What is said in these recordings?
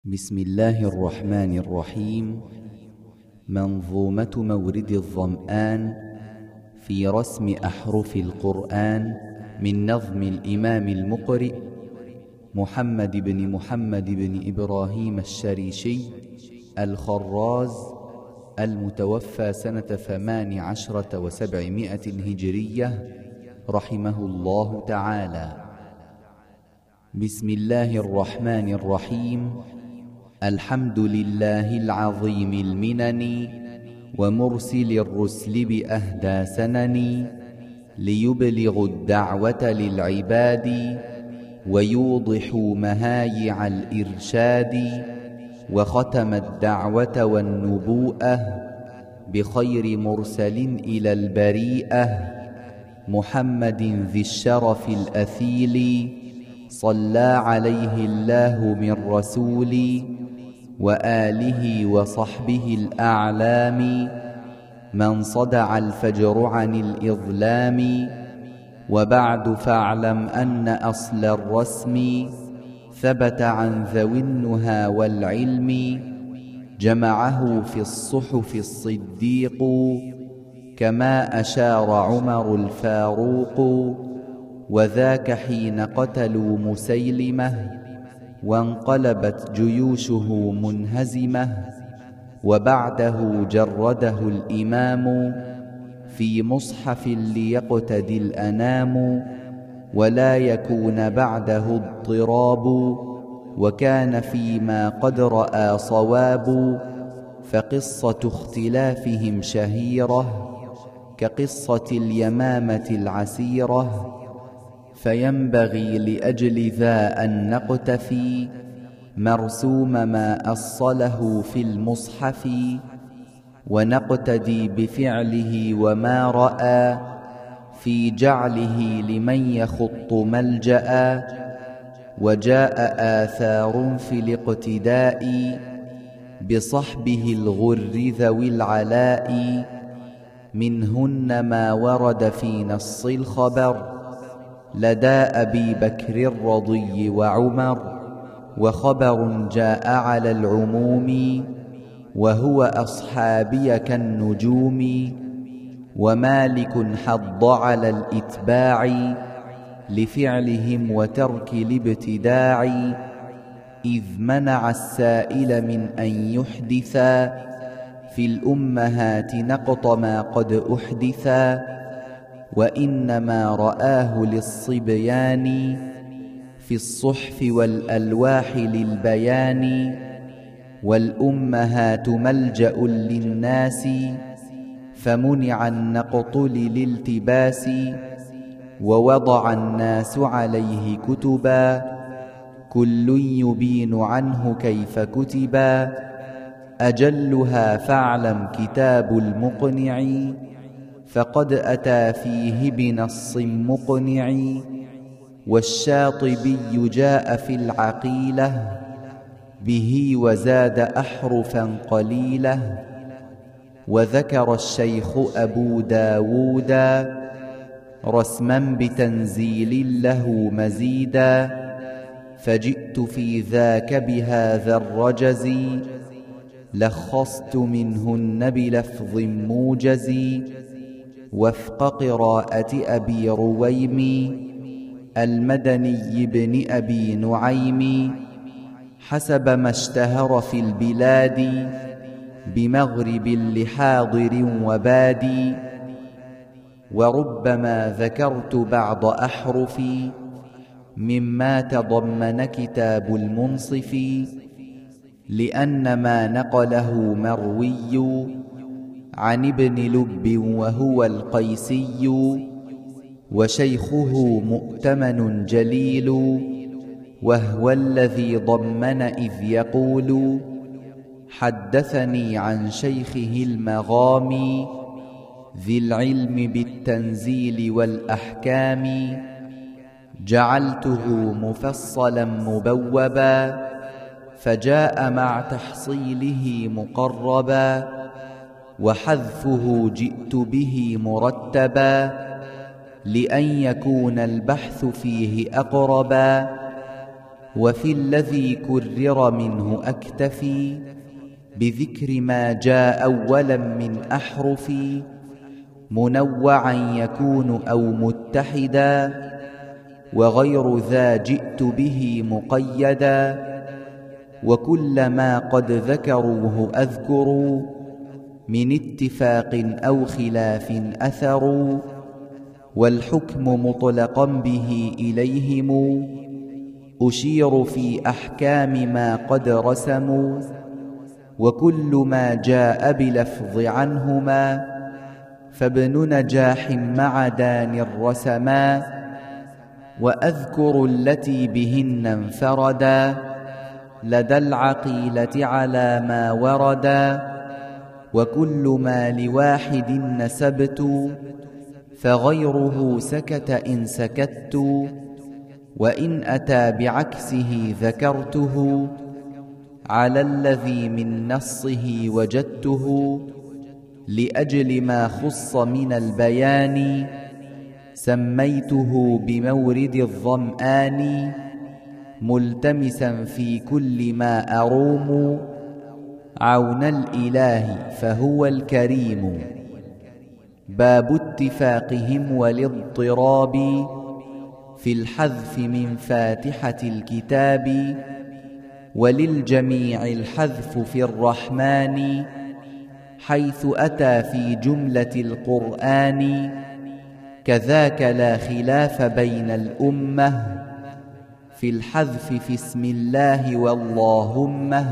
بسم الله الرحمن الرحيم. منظومة مورد الظمآن في رسم أحرف القرآن من نظم الإمام المقرئ محمد بن إبراهيم الشريشي الخراز، المتوفى سنة 18 و700 هجرية، رحمه الله تعالى. بسم الله الرحمن الرحيم. الحمد لله العظيم المنن ومرسل الرسل بأهدى سنن، ليبلغوا الدعوة للعباد ويوضحوا مهايع الإرشاد، وختم الدعوة والنبوءة بخير مرسل إلى البريئة، محمد ذي الشرف الأثيل، صلى عليه الله من رسول وآله وصحبه الأعلام، من صدع الفجر عن الإظلام. وبعد فاعلم أن أصل الرسم ثبت عن ذوي النهى والعلم، جمعه في الصحف الصديق كما أشار عمر الفاروق، وذاك حين قتلوا مسيلمة وانقلبت جيوشه منهزمة، وبعده جرده الإمام في مصحف ليقتدي الأنام، ولا يكون بعده اضطراب، وكان فيما قد رأى صواب. فقصة اختلافهم شهيرة كقصة اليمامة العسيرة، فينبغي لأجل ذا أن نقتفي مرسوم ما أصله في المصحف، ونقتدي بفعله وما رأى في جعله لمن يخط ملجأ. وجاء آثار في الاقتداء بصحبه الغر ذوي العلاء، منهن ما ورد في نص الخبر لدى أبي بكر الرضي وعمر، وخبر جاء على العموم وهو أصحابي كالنجوم. ومالك حض على الإتباع لفعلهم وترك الابتداع، إذ منع السائل من أن يحدثا في الأمهات نقط ما قد أحدثا، وإنما رآه للصبيان في الصحف والألواح للبيان، والأمهات ملجأ للناس فمنع النقط للالتباس، ووضع الناس عليه كتبا كل يبين عنه كيف كتبا، أجلها فاعلم كتاب المقنع، فقد أتى فيه بنص مقنع. والشاطبي جاء في العقيلة به وزاد أحرفا قليلة، وذكر الشيخ أبو داودا رسما بتنزيل له مزيدا، فجئت في ذاك بهذا الرجز، لخصت منهن بلفظ موجز، وفق قراءة أبي رويم المدني بن أبي نعيم، حسب ما اشتهر في البلاد بمغرب لحاضر وبادي. وربما ذكرت بعض أحرفي مما تضمن كتاب المنصف، لأن ما نقله مروي عن ابن لب وهو القيسي، وشيخه مؤتمن جليل، وهو الذي ضمن إذ يقول حدثني عن شيخه المغامي ذي العلم بالتنزيل والأحكام، جعلته مفصلا مبوبا فجاء مع تحصيله مقربا، وحذفه جئت به مرتبا لأن يكون البحث فيه أقربا، وفي الذي كرر منه أكتفي بذكر ما جاء أولا من أحرف منوعا يكون أو متحدا وغير ذا جئت به مقيدا وكل ما قد ذكروه أذكر من اتفاق أو خلاف أثر والحكم مطلقا به إليهم أشير في أحكام ما قد رسموا وكل ما جاء بلفظ عنهما فابن نجاح مع دان رسما وأذكر التي بهن انفردا لدى العقيلة على ما وردا وكل ما لواحد نسبت فغيره سكت إن سكت وإن أتى بعكسه ذكرته على الذي من نصه وجدته لأجل ما خص من البيان سميته بمورد الظمآن ملتمسا في كل ما أروم عون الإله فهو الكريم باب اتفاقهم والاضطراب في الحذف من فاتحة الكتاب وللجميع الحذف في الرحمن حيث أتى في جملة القرآن كذاك لا خلاف بين الأمة في الحذف في اسم الله واللهم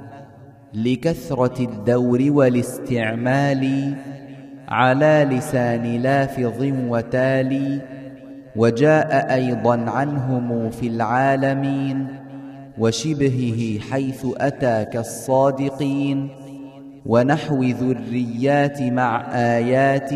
لكثرة الدور والاستعمال على لسان لافظ وتالي وجاء أيضا عنهم في العالمين وشبهه حيث أتى كالصادقين ونحو ذريات مع آيات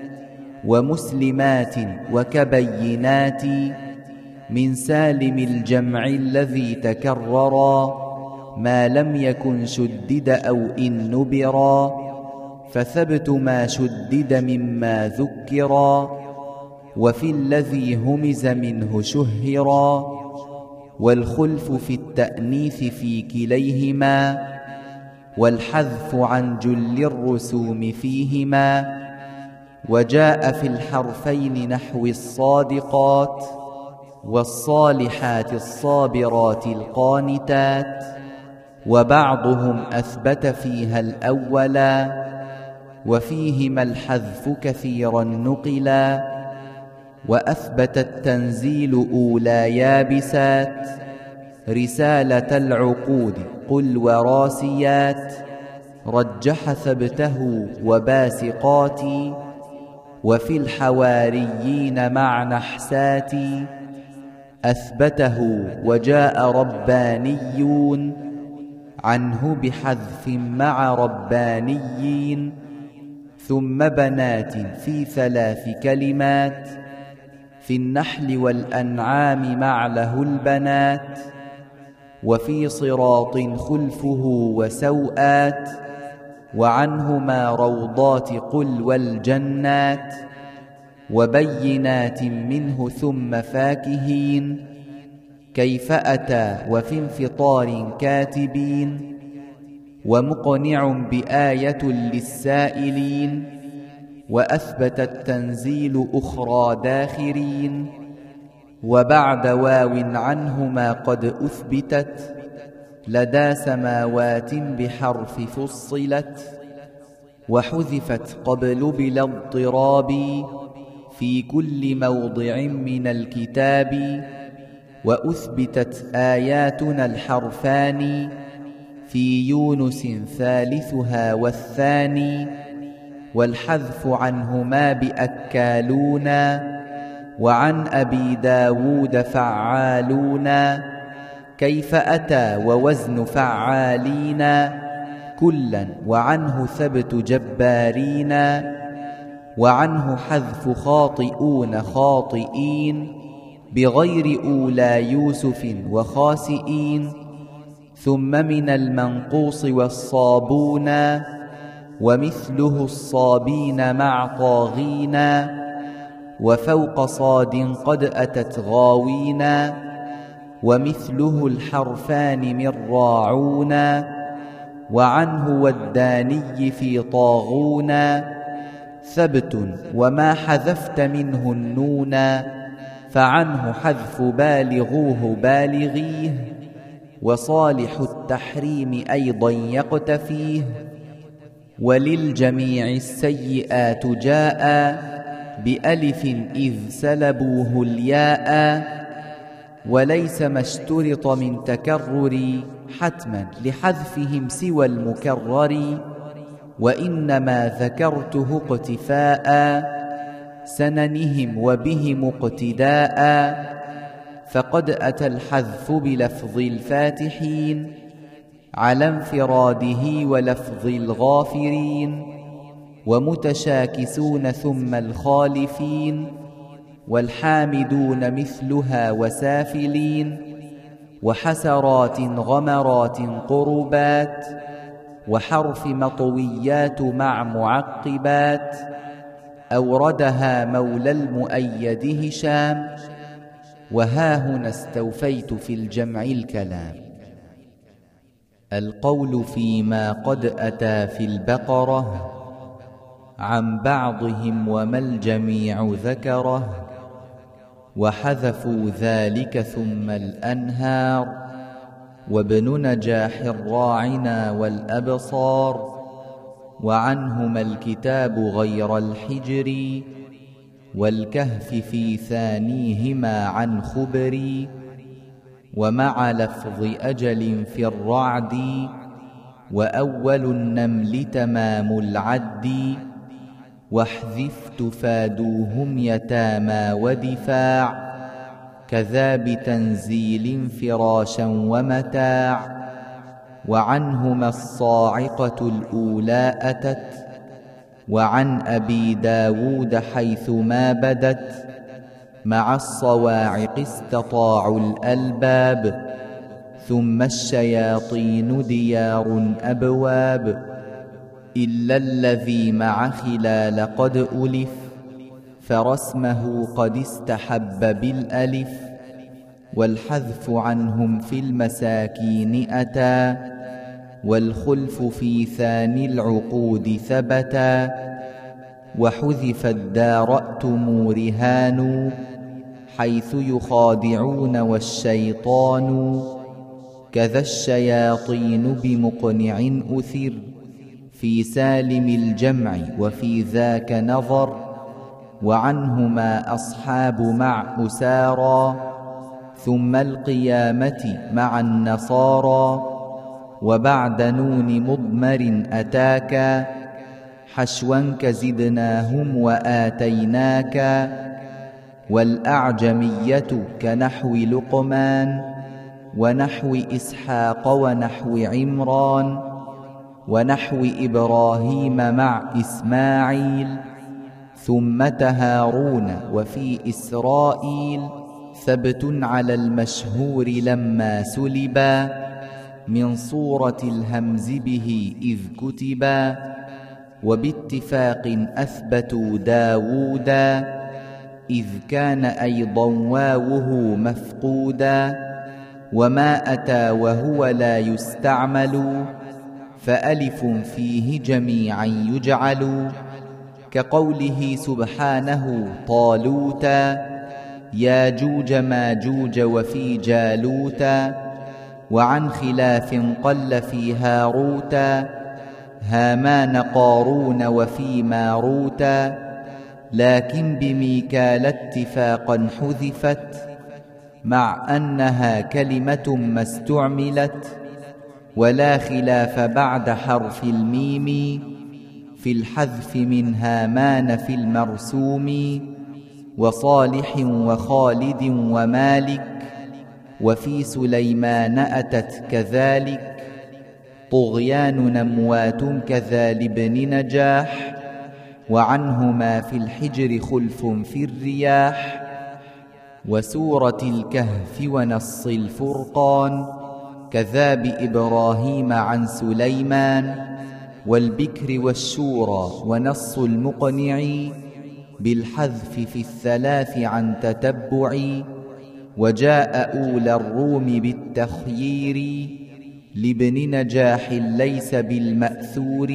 ومسلمات وكبينات من سالم الجمع الذي تكررا ما لم يكن شدد أو إن نبرا فثبت ما شدد مما ذكرا وفي الذي همز منه شهرا والخلف في التأنيث في كليهما والحذف عن جل الرسوم فيهما وجاء في الحرفين نحو الصادقات والصالحات الصابرات القانتات وبعضهم أثبت فيها الأولا وفيهما الحذف كثيرا نقلا وأثبت التنزيل أولى يابسات رسالة العقود قل وراسيات رجح ثبته وباسقات وفي الحواريين مع نحسات أثبته وجاء ربانيون عنه بحذف مع ربانيين ثم بنات في 3 كلمات في النحل والأنعام مع له البنات وفي صراط خلفه وسوآت وعنهما روضات قل والجنات وبينات منه ثم فاكهين كيف أتى وفي انفطار كاتبين ومقنع بآية للسائلين وأثبت التنزيل أخرى داخرين وبعد واو عنهما قد أثبتت لدى سماوات بحرف فصلت وحذفت قبل بلا اضطراب في كل موضع من الكتاب وأثبتت آياتنا الحرفان في يونس ثالثها والثاني والحذف عنهما بأكالون وعن أبي داود فعالون كيف أتى ووزن فعالين، كلا وعنه ثبت جبارين، وعنه حذف خاطئون خاطئين بغير أولى يوسف وخاسئين، ثم من المنقوص والصابون ومثله الصابين مع طاغين، وفوق صاد قد أتت غاوين، ومثله الحرفان من راعونا، وعنه والداني في طاغونا ثبت، وما حذفت منه النونا، فعنه حذف بالغوه بالغيه، وصالح التحريم أيضا يقتفيه. وللجميع السيئات جاء بألف إذ سلبوه الياء، وليس ما اشترط من تكرر حتما لحذفهم سوى المكرر، وإنما ذكرته اقتفاء سننهم وبهم اقتداء. فقد أتى الحذف بلفظ الفاتحين على انفراده ولفظ الغافرين، ومتشاكسون ثم الخالفين، والحامدون مثلها وسافلين، وحسرات غمرات قربات، وحرف مطويات مع معقبات. أوردها مولى المؤيد هشام، وهاهنا استوفيت في الجمع الكلام. القول فيما قد أتى في البقرة عن بعضهم وما الجميع ذكره، وحذفوا ذلك ثم الأنهار، وابن نجاح راعنا والأبصار، وعنهما الكتاب غير الحجر، والكهف في ثانيهما عن خبري، ومع لفظ أجل في الرعد، وأول النمل تمام العد، واحذف تفادوهم يتامى ودفاع، كذا بتنزيل فراشا ومتاع. وعنهما الصاعقة الأولى أتت، وعن أبي داود حيث ما بدت، مع الصواعق استطاعوا الألباب، ثم الشياطين ديار أبواب، إلا الذي مع خلال قد ألف، فرسمه قد استحب بالألف. والحذف عنهم في المساكين أتى، والخلف في ثاني العقود ثبتا. وحذف الدارأتم رهان، حيث يخادعون والشيطان، كذا الشياطين بمقنع أثر، في سالم الجمع وفي ذاك نظر. وعنهما أصحاب مع أسارى، ثم القيامة مع النصارى. وبعد نون مضمر أتاك، حشوا كزدناهم وآتيناك. والأعجمية كنحو لقمان، ونحو إسحاق ونحو عمران، ونحو إبراهيم مع إسماعيل. ثم هارون وفي إسرائيل، ثبت على المشهور لما سلبا، من صورة الهمز به إذ كتبا. وباتفاق أثبتوا داوودا، إذ كان أيضا واوه مفقودا. وما أتى وهو لا يستعمل، فألف فيه جميعا يجعل، كقوله سبحانه طالوتا، ياجوج ماجوج وفي جالوتا. وعن خلاف قل في هاروتا، هامان قارون وفي ماروتا. لكن بميكال اتفاقا حذفت، مع أنها كلمة ما استعملت. ولا خلاف بعد حرف الميم، في الحذف من هامان في المرسوم. وصالح وخالد ومالك، وفي سليمان أتت كذلك. طغيان نموات كذا لابن نجاح، وعنهما في الحجر خلف في الرياح. وسورة الكهف ونص الفرقان، كذا بإبراهيم عن سليمان. والبكر والشورى ونص المقنع، بالحذف في الثلاث عن تتبع. وجاء أولى الروم بالتخيير لابن نجاح ليس بالمأثور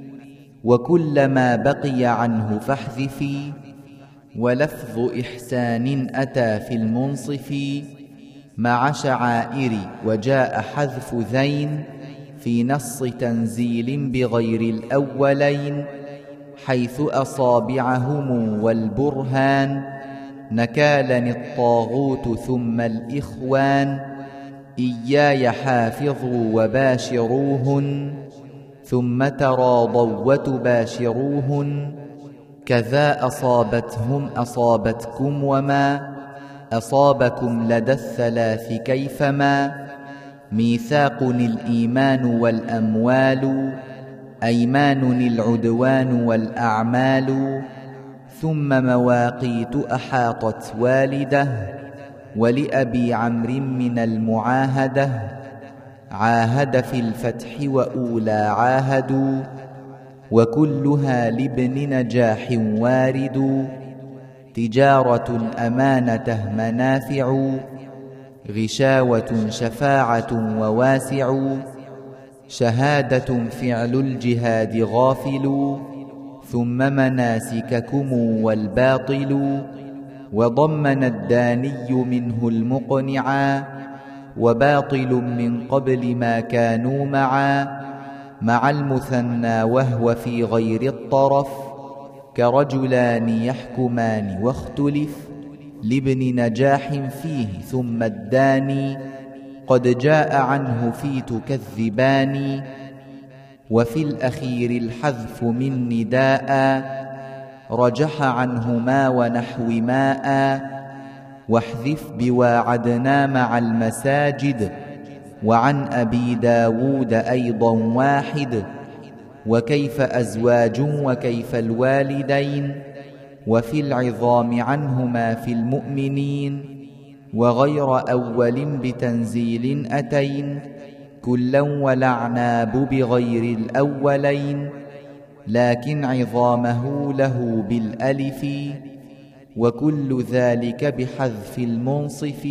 وكل ما بقي عنه فاحذفي ولفظ إحسان أتى في المنصف مع شعائر وجاء حذف ذين في نص تنزيل بغير الأولين حيث أصابعهم والبرهان نكالني الطاغوت ثم الإخوان إياي حافظوا وباشروهن ثم تراضوا وتباشروهن كذا أصابتهم أصابتكم وما أصابكم لدى الثلاث كيفما ميثاق الإيمان والأموال أيمان العدوان والأعمال ثم مواقيت أحاطت والده ولأبي عمرو من المعاهدة عاهد في الفتح وأولى عاهدوا وكلها لابن نجاح وارد تجارة أمانته منافع غشاوة شفاعة وواسع شهادة فعل الجهاد غافل ثم مناسككم والباطل وضمن الداني منه المقنعا وباطل من قبل ما كانوا مع المثنى وهو في غير الطرف كرجلان يحكمان واختلف لابن نجاح فيه ثم الداني قد جاء عنه في تكذبان وفي الأخير الحذف من نداء رجح عنهما ونحو ماء واحذف بواعدنا مع المساجد وعن أبي داود أيضا واحد وكيف أزواج وكيف الوالدين وفي العظام عنهما في المؤمنين وغير أول بتنزيل أتين كلا والأعناب بغير الأولين لكن عظامه له بالألف وكل ذلك بحذف المنصف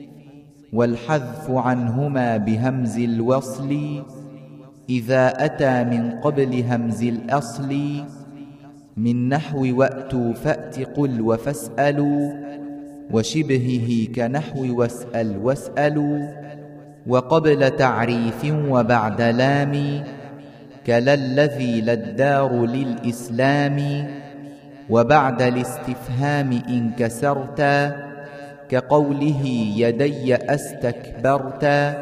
والحذف عنهما بهمز الوصل إذا أتى من قبل همز الأصل من نحو وأتوا فأت قل وفاسألوا وشبهه كنحو واسأل واسألوا وقبل تعريف وبعد لام كلا الذي للدار للإسلام وبعد الاستفهام إن كسرت كقوله يدي أستكبرت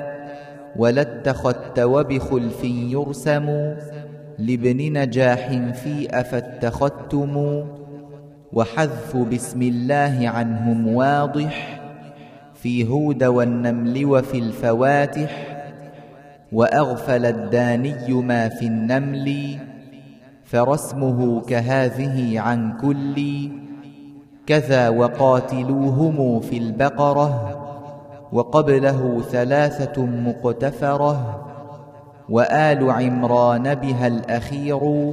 ولاتخذت وبخلف يرسم لابن نجاح في أفاتخذتم وحذف بسم الله عنهم واضح في هود والنمل وفي الفواتح وأغفل الداني ما في النمل فرسمه كهذه عن كل كذا وقاتلوهم في البقرة وقبله 3 مقتفرة وآل عمران بها الأخير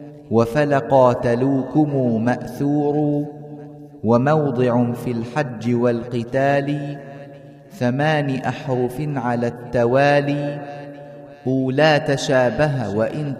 وفلقاتلوكم مأثور وموضع في الحج والقتال 8 أحرف على التوالي أولى تشابه وإن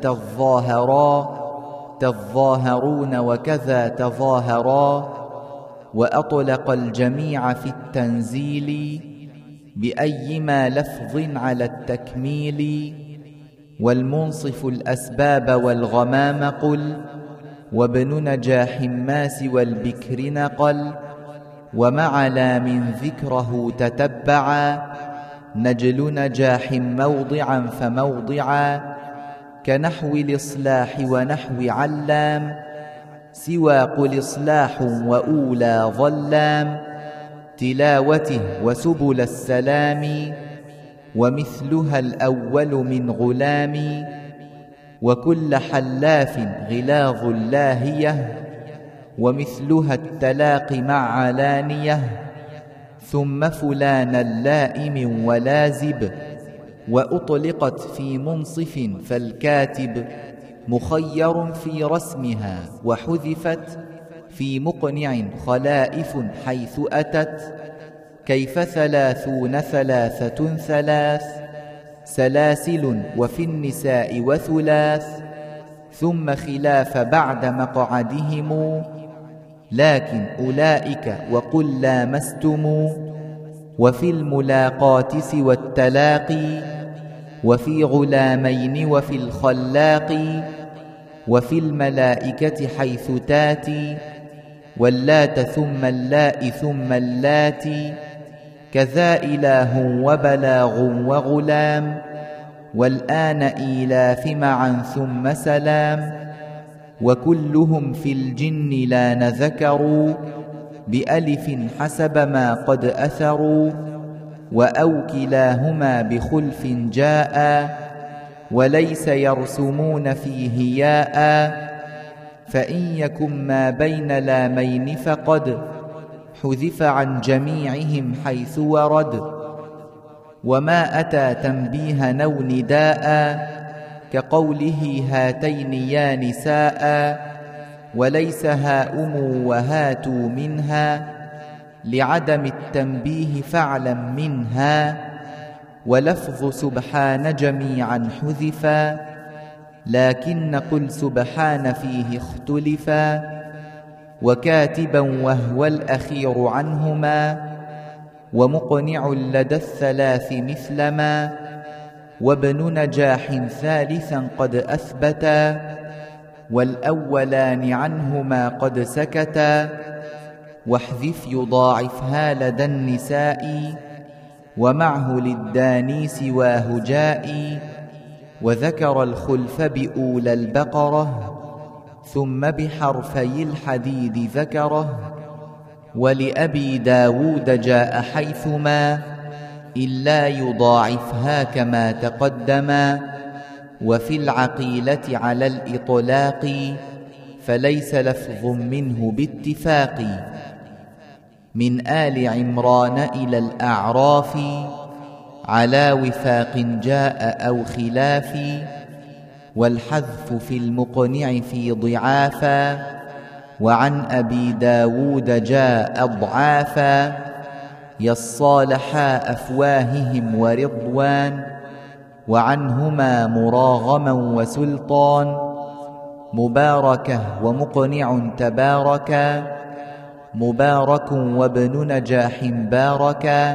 تظاهرون وكذا تظاهرا وأطلق الجميع في التنزيل بأيما لفظ على التكميل والمنصف الأسباب والغمام قل وابن نجاح ما سوى البكر نقل ومع لام ذكره تتبعا نجل نجاح موضعا فموضعا كنحو الإصلاح ونحو علام سوى قل إصلاح وأولى ظلام تلاوته وسبل السلام ومثلها الأول من غلام وكل حلاف غلاظ لاهية ومثلها التلاق مع علانية ثم فلان اللائم ولازب وأطلقت في منصف فالكاتب مخير في رسمها وحذفت في مقنع خلائف حيث أتت كيف 30 3 3 سلاسل وفي النساء وثلاث ثم خلاف بعد مقعدهم لكن أولئك وقل لامستم وفي الملاقات سوى التلاقي وفي غلامين وفي الخلاق وفي الملائكة حيث تاتي واللات ثم اللاء ثم اللاتي كذا إله وبلاغ وغلام والآن إيلاف معا ثم سلام وكلهم في الجن لا نذكروا بألف حسب ما قد أثروا وأو كلاهما بخلف جاء وليس يرسمون فيه ياء فإن يكن ما بين لامين فقد حذف عن جميعهم حيث ورد وما أتى تنبيها أو نداء كقوله هاتين يا نساء وليس هاؤم وهاتوا منها لعدم التنبيه فعلا منها ولفظ سبحان جميعا حذفا لكن قل سبحان فيه اختلفا وكاتبا وهو الأخير عنهما ومقنع لدى الثلاث مثلما وابن نجاح ثالثا قد أثبتا والأولان عنهما قد سكتا واحذف يضاعفها لدى النساء ومعه للداني سواه جائي وذكر الخلف بأولى البقرة ثم بحرفي الحديد ذكره ولأبي داود جاء حيثما إلا يضاعفها كما تقدما وفي العقيلة على الإطلاق فليس لفظ منه باتفاق من آل عمران إلى الأعراف على وفاق جاء أو خلاف والحذف في المقنع في ضعافا وعن أبي داود جاء أضعافا يصالحا أفواههم ورضوان وعنهما مراغما وسلطان مباركة ومقنع تباركا مبارك وابن نجاح باركا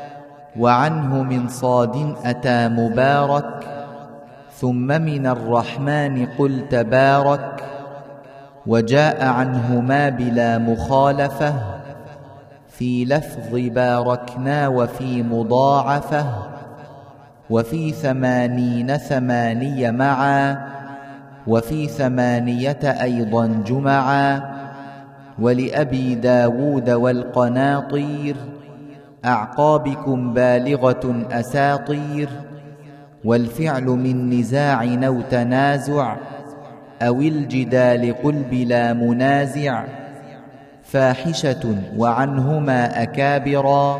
وعنه من صاد أتى مبارك ثم من الرحمن قل تبارك وجاء عنهما بلا مخالفة في لفظ باركنا وفي مضاعفة وفي 80 8 معا وفي 8 أيضا جمعا ولأبي داود والقناطير أعقابكم بالغة أساطير والفعل من نزاع أو تنازع أو الجدال قل بلا منازع فاحشة وعنهما أكابرا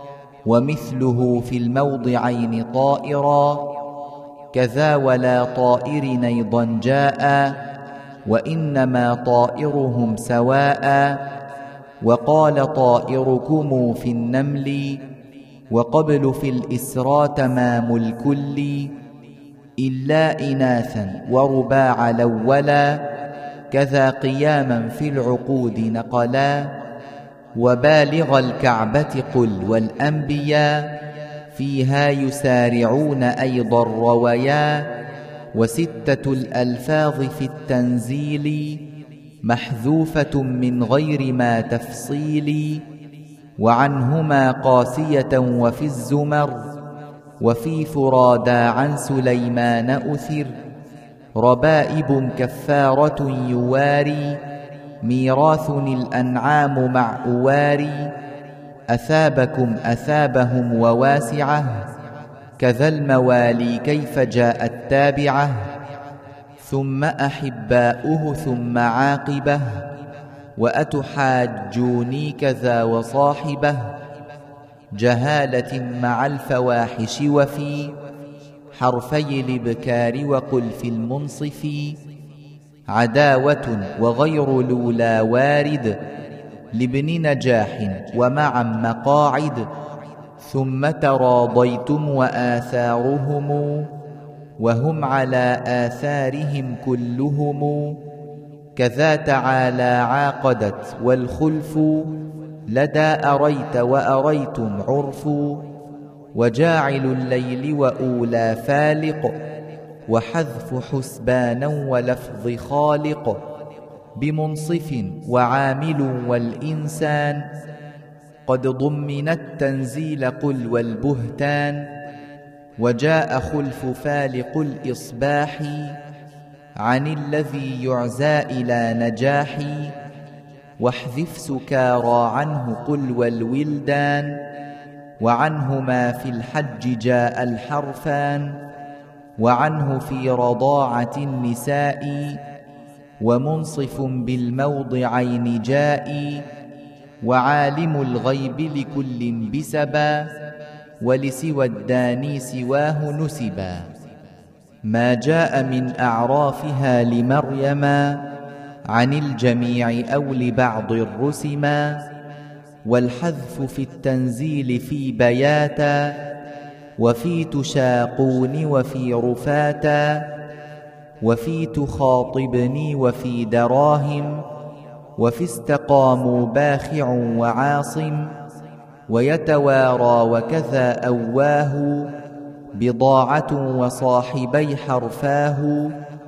ومثله في الموضعين طائرا كذا ولا طائر أيضا جاء وإنما طائرهم سواء وقال طائركم في النمل وقبل في الإسرى تمام الكل إلا إناثا ورباع الأولا كذا قياما في العقود نقلا وبالغ الكعبة قل والأنبياء فيها يسارعون أيضا رويا وستة الألفاظ في التنزيل محذوفة من غير ما تفصيل وعنهما قاسية وفي الزمر وفي فرادى عن سليمان أثر ربائب كفارة يواري ميراث الأنعام مع أواري أثابكم أثابهم وواسعة كذا الموالي كيف جاءت تابعة ثم أحباؤه ثم عاقبه وأتحاجوني كذا وصاحبه جهالة مع الفواحش وفي حرفي الإبكار وقل في المنصف عداوة وغير لولا وارد لابن نجاح ومعا مقاعد ثم تراضيتم وآثارهم وهم على آثارهم كلهم كذا تعالى عاقدت والخلف لدى أريت وأريتم عرف وجاعل الليل وأولى فالق وحذف حسبانا ولفظ خالق بمنصف وعامل والإنسان قد ضمن التنزيل قل والبهتان وجاء خلف فالق الإصباح عن الذي يعزى إلى نجاح واحذف سكارى عنه قل والولدان وعنهما في الحج جاء الحرفان وعنه في رضاعة النساء ومنصف بالموضعين جاء وعالم الغيب لكل بسبا ولسوى الداني سواه نسبا ما جاء من أعرافها لمريم عن الجميع أو لبعض الرسما والحذف في التنزيل في بياتا وفي تشاقون وفي رفاتا وفي تخاطبني وفي دراهم وفي استقاموا باخع وعاصم ويتوارى وكذا أواه بضاعة وصاحبي حرفاه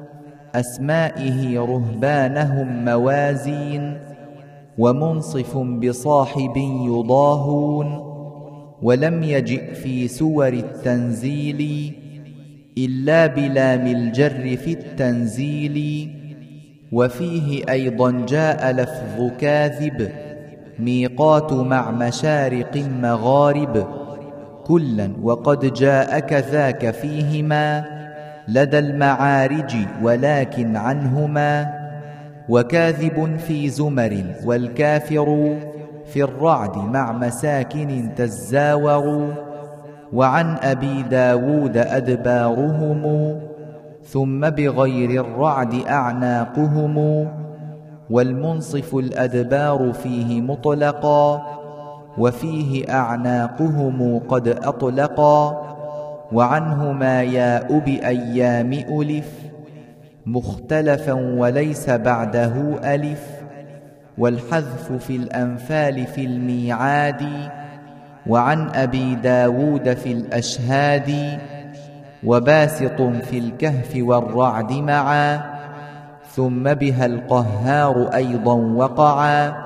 أسمائه رهبانهم موازين ومنصف بصاحب يضاهون ولم يجئ في سور التنزيل إلا بلام الجر في التنزيل وفيه أيضا جاء لفظ كاذب ميقات مع مشارق مغارب كلا وقد جاء كذاك فيهما لدى المعارج ولكن عنهما وكاذب في زمر والكافر في الرعد مع مساكن تزاور وعن أبي داود أدبارهم ثم بغير الرعد أعناقهم والمنصف الأدبار فيه مطلقا وفيه أعناقهم قد أطلقا وعنهما ياء بأيام ألف مختلفا وليس بعده ألف والحذف في الأنفال في الميعاد وعن أبي داود في الأشهاد وباسط في الكهف والرعد معا ثم بها القهار أيضا وقعا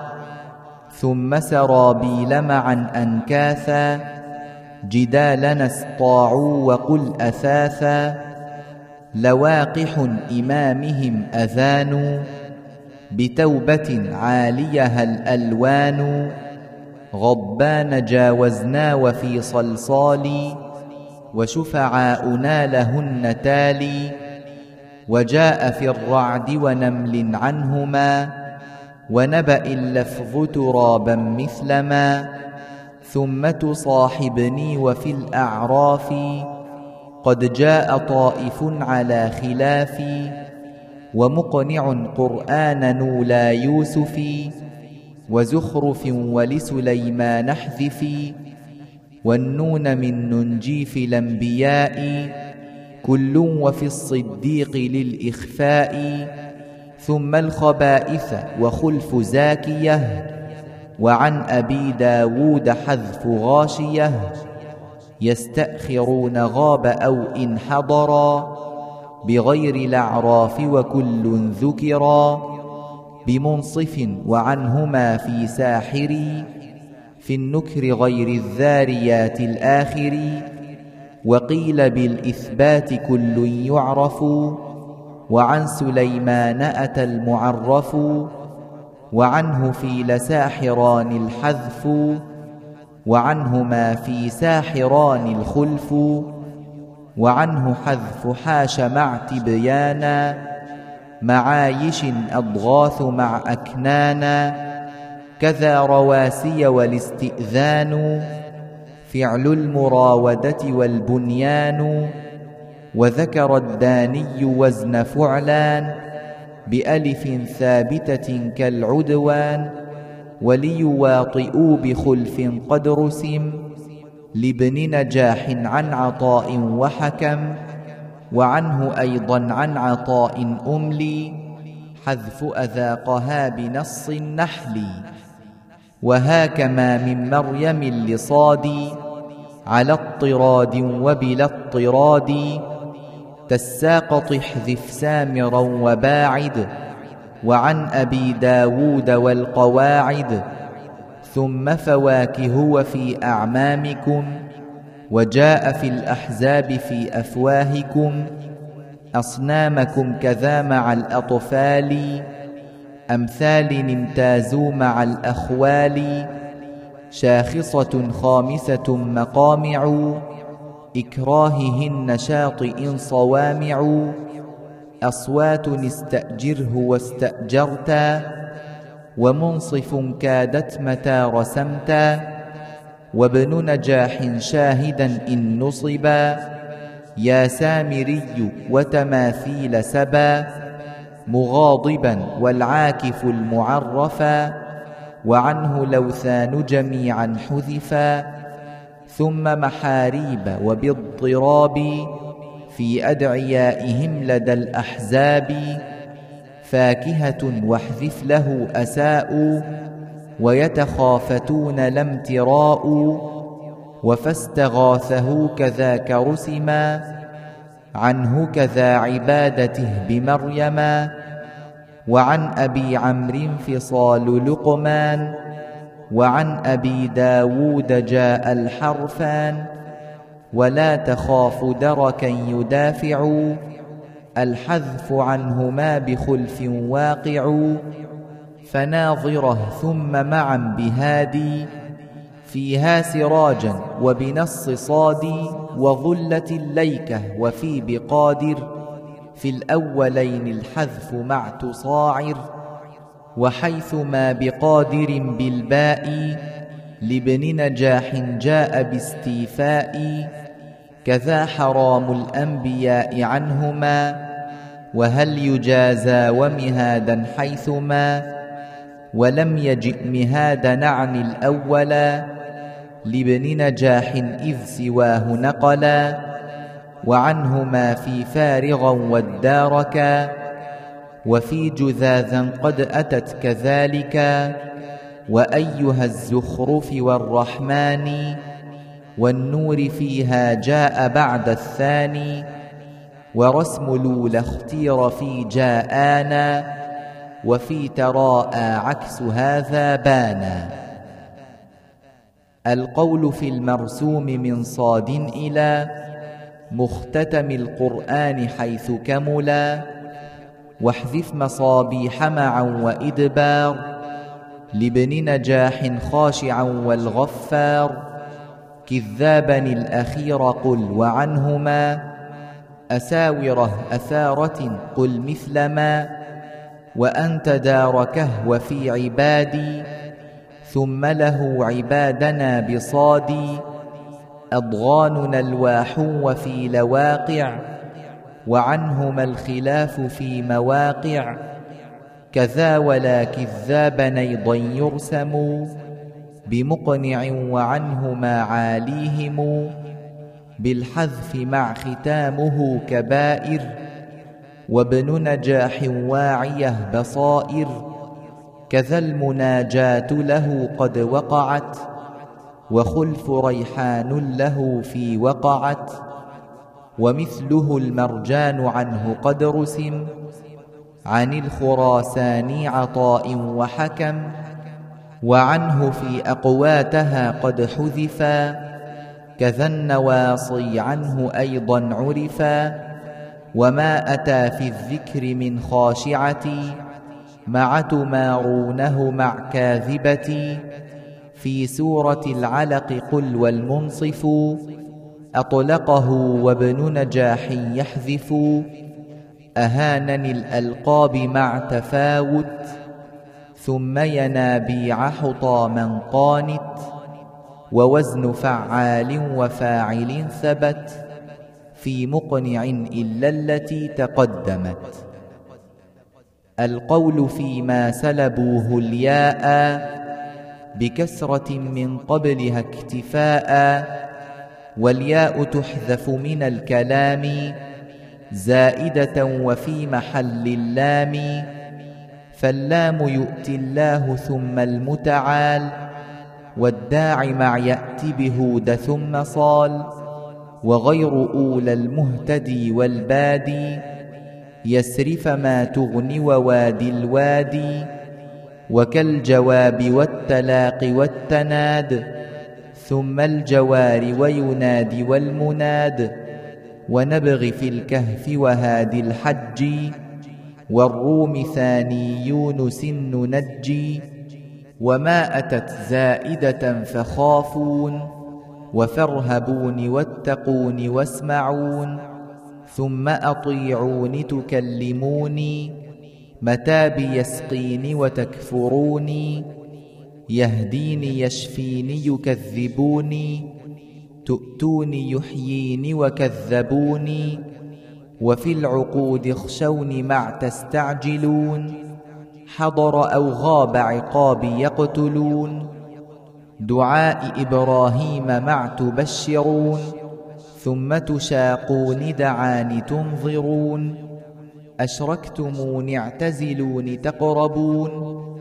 ثم سرابيل معا أنكاثا جدالنا استطاعوا وقل أثاثا لواقح إمامهم أذان بتوبة عاليها الألوان غضبان جاوزنا وفي صلصال وشفعاؤنا لهن تالي وجاء في الرعد ونمل عنهما ونبأ اللفظ ترابا مثلما ثم تصاحبني وفي الأعراف قد جاء طائف على خلاف ومقنع قرآن نولى يوسف وزخرف ولسليمان احذف والنون من ننجي في الأنبياء كل وفي الصديق للإخفاء ثم الخبائث وخلف زاكية وعن أبي داود حذف غاشية يستأخرون غاب أو إن حضرا بغير الأعراف وكل ذكرا بمنصف وعنهما في ساحر في النكر غير الذاريات الآخر وقيل بالإثبات كل يعرف وعن سليمان أتى المعرف وعنه في لساحران الحذف وعنهما في ساحران الخلف وعنه حذف حاش مع تبيانا معايش أضغاث مع أكنانا كذا رواسي والاستئذان فعل المراودة والبنيان وذكر الداني وزن فعلان بألف ثابتة كالعدوان وليواطئوا بخلف قد رسم لابن نجاح عن عطاء وحكم، وعنه أيضا عن عطاء أملي حذف أذاقها بنص النحل. وهاكما من مريم لصاد على اضطراد وبلا اضطراد، تساقط احذف سامرا وباعد، وعن أبي داود والقواعد. ثم فواكه وفي أعمامكم، وجاء في الأحزاب في أفواهكم، أصنامكم كذا مع الأطفال، أمثال امتازوا مع الأخوال. شاخصة خامسة مقامع، إكراههن شاطئ صوامع، أصوات استأجره واستأجرتا، ومنصف كادت متى رسمتا، وابن نجاح شاهدا إن نصبا، يا سامري وتماثيل سبا، مغاضبا والعاكف المعرفا، وعنه لوثان جميعا حذفا. ثم محاريب وباضطراب في أدعيائهم لدى الأحزاب، فاكهة واحذف له أساء، ويتخافتون لم تراء، وفاستغاثه كذاك رسما، عنه كذا عبادته بمريما. وعن أبي عمرو انفصال لقمان، وعن أبي داود جاء الحرفان، ولا تخاف دركا يدافع، الحذف عنهما بخلف واقع. فناظره ثم معا بهادي، فيها سراجا وبنص صادي، وظلت الليكة وفي بقادر، في الأولين الحذف مع تصاعر. وحيثما بقادر بالباء لابن نجاح جاء باستيفاء، كذا حرام الأنبياء عنهما، وهل يجازى ومهادا حيثما، ولم يجئ مهادا نعني الأولا، لابن نجاح إذ سواه نقلا، وعنهما في فارغا والداركا، وفي جذاذا قد أتت كذلك، وأيها الزخرف والرحمن، والنور فيها جاء بعد الثاني، ورسم لولا اختير في جاءانا، وفي تراءى عكس هذا بانا. القول في المرسوم من صاد إلى مختتم القرآن حيث كملا، واحذف مصابيح معا وإدبار، لابن نجاح خاشعا والغفار، كذابا الأخير قل وعنهما، أساوره أثارة قل مثلما، وأنت داركه وفي عبادي، ثم له عبادنا بصادي، أضغاننا الواح وفي لواقع، وعنهما الخلاف في مواقع، كذا ولا كذابا أيضا يرسم، بمقنع وعنهما عاليهم، بالحذف مع ختامه كبائر، وابن نجاح واعيه بصائر، كذا المناجاة له قد وقعت، وخلف ريحان له في وقعت، ومثله المرجان عنه قد رسم، عن الخراساني عطاء وحكم، وعنه في أقواتها قد حذفا، كذا النواصي عنه أيضا عرفا، وما أتى في الذكر من خاشعتي، مع تمارونه مع كاذبتي، في سورة العلق قل والمنصف، أطلقه وابن نجاح يحذف، أهانني الألقاب مع تفاوت، ثم ينابيع حطاما قانت، ووزن فعال وفاعل ثبت، في مقنع إلا التي تقدمت. القول فيما سلبوه الياء بكسرة من قبلها اكتفاء، والياء تحذف من الكلام زائدة وفي محل اللام، فاللام يؤتي الله ثم المتعال، والداع مع يأتي بهود ثم صال، وغير أولى المهتدي والبادي يسرف ما تغني ووادي الوادي، وكالجواب والتلاق والتناد، ثم الجوار وينادي والمناد، ونبغ في الكهف وهادي الحج، والروم ثاني يونس ننجي، وما أتت زائدة فخافون، وفارهبون واتقون واسمعون، ثم أطيعون تكلموني، متى بيسقين وتكفروني، يهديني يشفيني يكذبوني، تؤتوني يحييني وكذبوني، وفي العقود اخشوني مع تستعجلون، حضر أو غاب عقابي يقتلون، دعاء إبراهيم مع تبشرون، ثم تشاقون دعاني تنظرون، أشركتمون اعتزلون تقربون،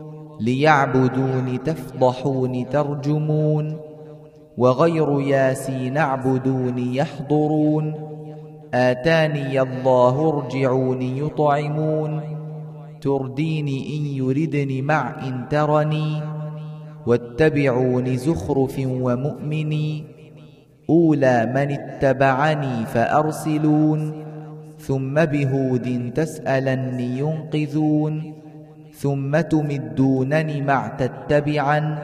ليعبدون تفضحون ترجمون، وغير ياسين اعبدون يحضرون، آتاني الله ارجعون يطعمون، ترديني إن يردني مع إن ترني، واتبعون زخرف ومؤمني، أولى من اتبعني فأرسلون، ثم بهود تسألني ينقذون، ثم تمدونني مع تتبعا،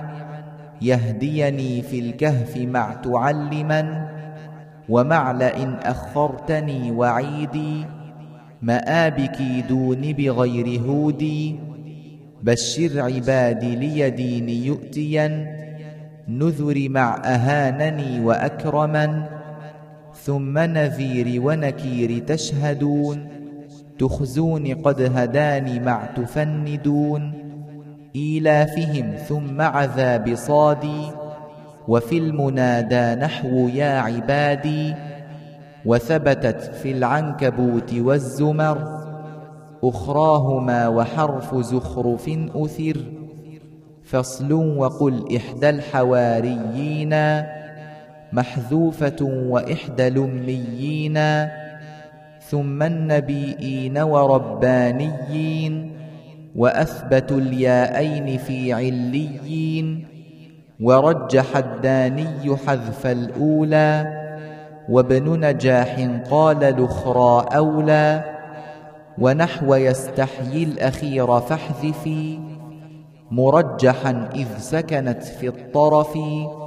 يهديني في الكهف مع تعلما، ومع لئن أخرتني وعيدي، مآبك دون بغير هودي، بشر عبادي لي دين يؤتيا، نذر مع أهانني وأكرما، ثم نذير ونكير تشهدون، تخزون قد هداني مع تفندون، إيلافهم ثم عذاب صادي، وفي المنادى نحو يا عبادي، وثبتت في العنكبوت والزمر، أخراهما وحرف زخرف أثر، فصل وقل إحدى الحواريين، محذوفة وإحدى الأميين، ثم النبيين وربانيين، وأثبتوا الياءين في عليين، ورجح الداني حذف الأولى، وابن نجاح قال الأخرى أولى، ونحو يستحيي الأخير فاحذفي، مرجحا إذ سكنت في الطرف،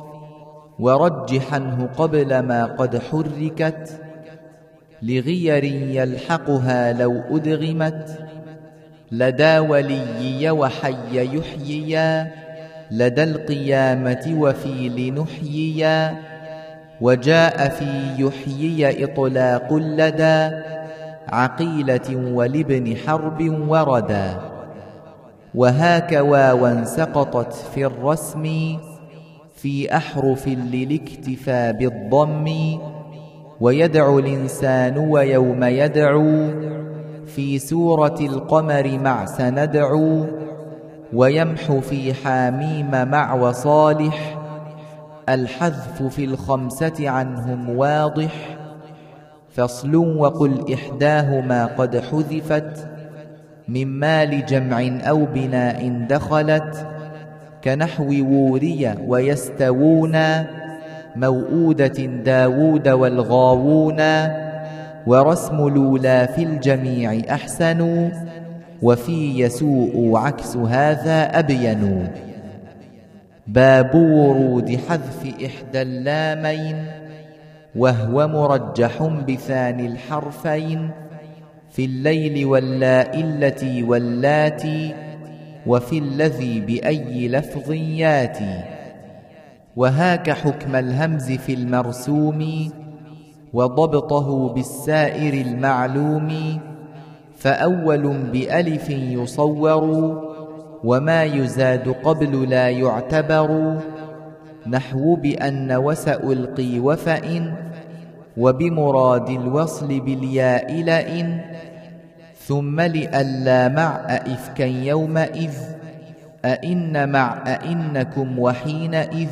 ورجحنه قبل ما قد حركت، لغير يلحقها لو أدغمت، لدى وليي وحي يحييا، لدى القيامة وفي لنحييا، وجاء في يحيي إطلاق لدى عقيلة ولابن حرب وردا، وهاك واوا سقطت في الرسم، في أحرف للاكتفى بالضم، ويدعو الإنسان ويوم يدعو، في سورة القمر مع سندعو، ويمحو في حاميم مع وصالح، الحذف في الخمسة عنهم واضح، فصل وقل إحداهما قد حذفت، من مال جمع أو بناء دخلت، كنحو ووري ويستوون، موؤودة داود والغاوون، ورسم الأولى في الجميع أحسن، وفي يسوء عكس هذا أبين. باب ورود حذف إحدى اللامين، وهو مرجح بثاني الحرفين، في الليل واللاء التي واللاتي، وفي الذي بأي لفظ ياتي. وهاك حكم الهمز في المرسوم، وضبطه بالسائر المعلوم، فأول بألف يصور، وما يزاد قبل لا يعتبر، نحو بأن وسألقي وفإن، وبمراد الوصل بالياء لئن، ثم لئلا مع أئفكا يومئذ، أئن مع أئنكم وحينئذ،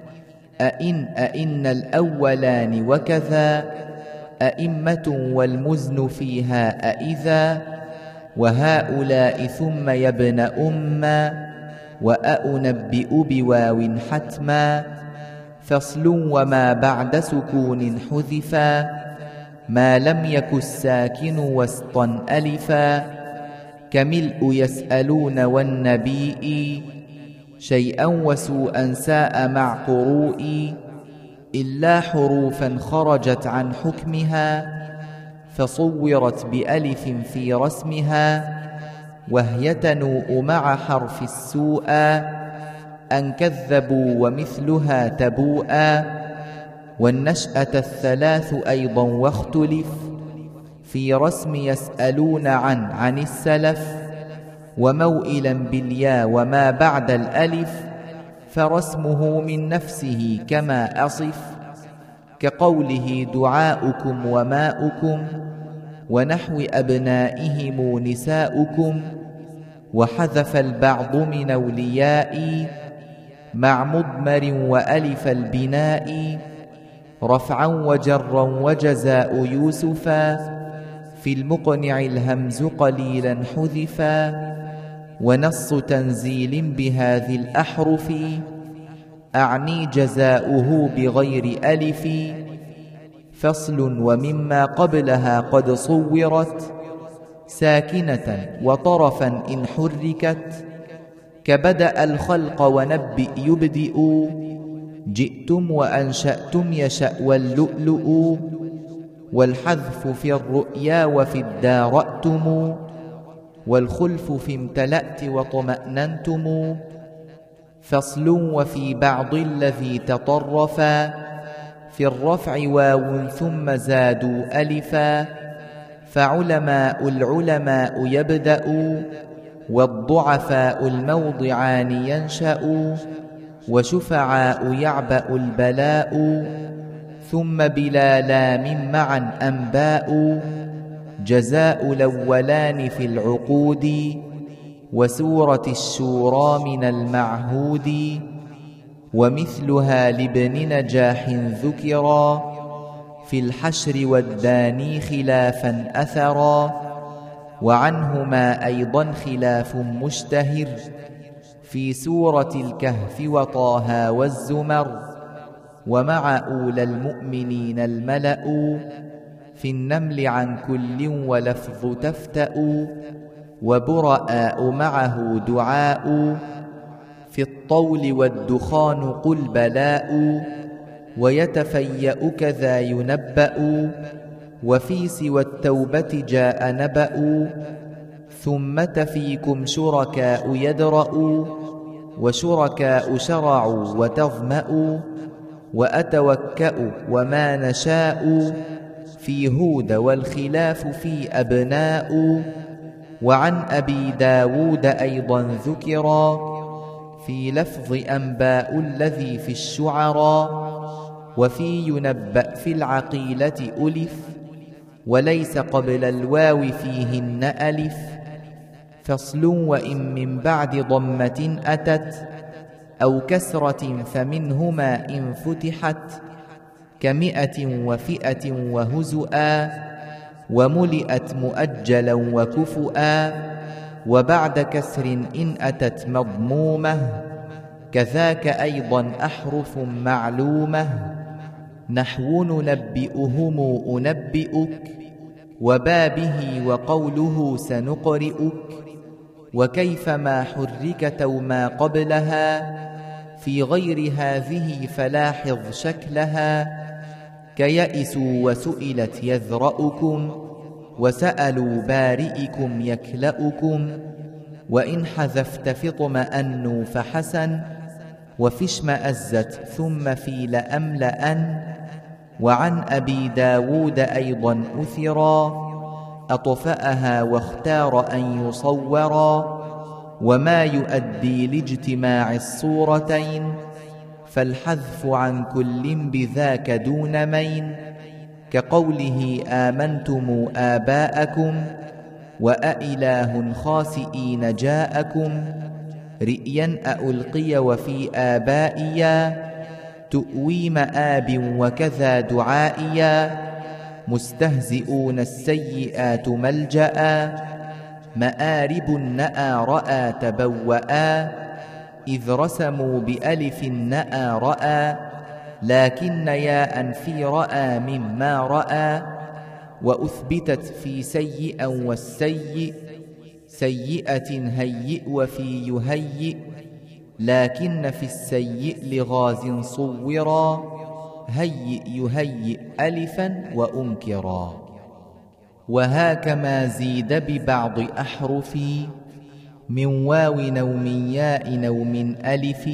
أئن الأولان وكذا، أئمة والمزن فيها أئذا، وهؤلاء ثم يبن أما، وأنبئ بواو حتما. فصل وما بعد سكون حذفا، ما لم يك الساكن وسطا ألفا، كملء يسألون والنبيء، شيئا وسوءا ساء مع قروء، إلا حروفا خرجت عن حكمها، فصورت بألف في رسمها، وهي تنوء مع حرف السوء، أن كذبوا ومثلها تبوءا، والنشأة الثلاث أيضا واختلف، في رسم يسألون عن السلف، وموئلا باليا وما بعد الألف، فرسمه من نفسه كما أصف، كقوله دعاؤكم وماؤكم، ونحو أبنائهم نساؤكم، وحذف البعض من أولياء، مع مضمر وألف البناء، رفعا وجرا وجزاء يوسفا، في المقنع الهمز قليلا حذفا، ونص تنزيل بهذه الأحرف، أعني جزاؤه بغير ألف. فصل ومما قبلها قد صورت، ساكنة وطرفا إن حركت، كبدأ الخلق ونبئ يبدئ، جئتم وأنشأتم يشأ واللؤلؤ، والحذف في الرؤيا وفي ادارأتم، والخلف في امتلأت وطمأننتم. فصل وفي بعض الذي تطرفا، في الرفع واو ثم زادوا ألفا، فعلماء العلماء يبدأ، والضعفاء الموضعان ينشأ، وشفعاء يعبأ البلاء، ثم بلا لام معا أنباء، جزاء الأولان في العقود، وسورة الشورى من المعهود، ومثلها لابن نجاح ذكرا، في الحشر والداني خلافا أثرا، وعنهما أيضا خلاف مشتهر، في سورة الكهف وطه والزمر، ومع أولى المؤمنين الملأ، في النمل عن كل ولفظ تفتأ، وبرآء معه دعاء، في الطول والدخان قل بلاء، ويتفيأ كذا ينبأ، وفي سوى التوبة جاء نبأ، ثم تفيكم شركاء يدرأ، وشركاء شرعوا وتظمأ، وأتوكأ وما نشاء، في هود والخلاف في أبناء، وعن أبي داود أيضا ذكرا، في لفظ أنباء الذي في الشعراء، وفي ينبأ في العقيلة ألف، وليس قبل الواو فيهن ألف. فصل وإن من بعد ضمة أتت، أو كسرة فمنهما إن فتحت، كمئة وفئة وهزؤا، وملئت مؤجلا وكفؤا، وبعد كسر إن أتت مضمومة، كذاك أيضا أحرف معلومة، نحو ننبئهم أنبئك، وبابه وقوله سنقرئك، وكيفما حركت وما قبلها، في غير هذه فلاحظ شكلها، كيئسوا وسئلت يذرأكم، وسألوا بارئكم يكلأكم، وإن حذفت في اطمأنوا فحسن، وفي اشمأزت ثم في لأملأن. وعن أبي داود أيضا أثرا، أطفأها واختار أن يصورا، وما يؤدي لاجتماع الصورتين فالحذف عن كل بذاك دون مين، كقوله آمنتم آباءكم وأإله خاسئين جاءكم، رئيا ألقي وفي آبائيا، تؤوي مآب وكذا دعائيا، مستهزئون السيئات ملجأ، مآرب نأى رأى تبوأ، إذ رسموا بألف نأى رأى، لكن ياء في رأى مما رأى، وأثبتت في سيئا والسيء، سيئة هيئ وفي يهيئ، لكن في السيء لغاز صورا، هيئ يهيئ ألفا وأنكرا. وهاكما زيد ببعض أحرف من واو أو من ياء أو من ألف،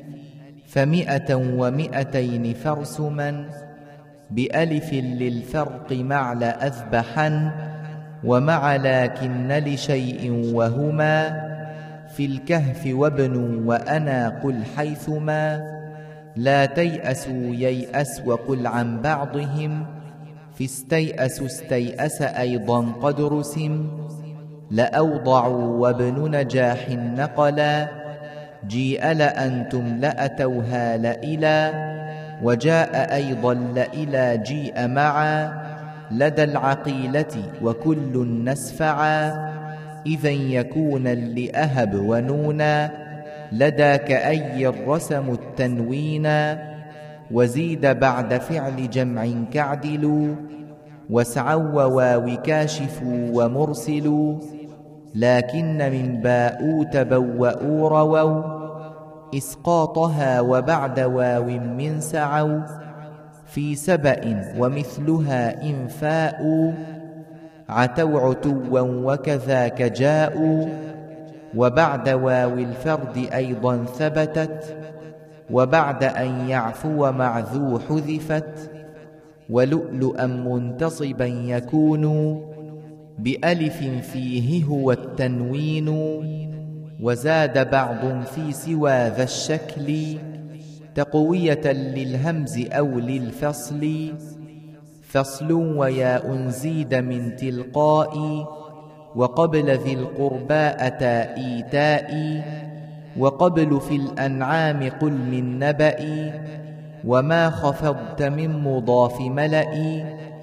ف100 و200 فارسما بألف للفرق مع لأذبحا، ومع لكن لشيء وهما في الكهف وابن وأنا قل حيثما، لا تيأسوا ييأس وقل عن بعضهم، في استيأس استيأس أيضا قد رسم، لأوضعوا وابن نجاح نقلا، جيء لأنتم لأتوها لإلى، وجاء أيضا لإلى جيء معا، لدى العقيلة وكل نسفعا، إذا يكونا لأهب ونونا، لدى كأي الرسم التنوينا، وزيد بعد فعل جمع كعدلوا، واسعوا وواو كاشفوا ومرسلوا، لكن من باءوا تبوأوا رووا، إسقاطها وبعد واو من سعوا، في سبأ ومثلها إنفاء، عتوا عتوا وكذاك جاءوا، وبعد واو الفرد أيضا ثبتت، وبعد أن يعفو مع ذو حذفت، ولؤلؤا منتصبا يكون بألف فيه هو التنوين، وزاد بعض في سوى ذا الشكل تقوية للهمز أو للفصل، فصل وياء زيد من تلقاء، وقبل ذي القرباء أتى إيتاء، وقبل في الأنعام قل من نبأ، وما خفضت من مضاف ملأ،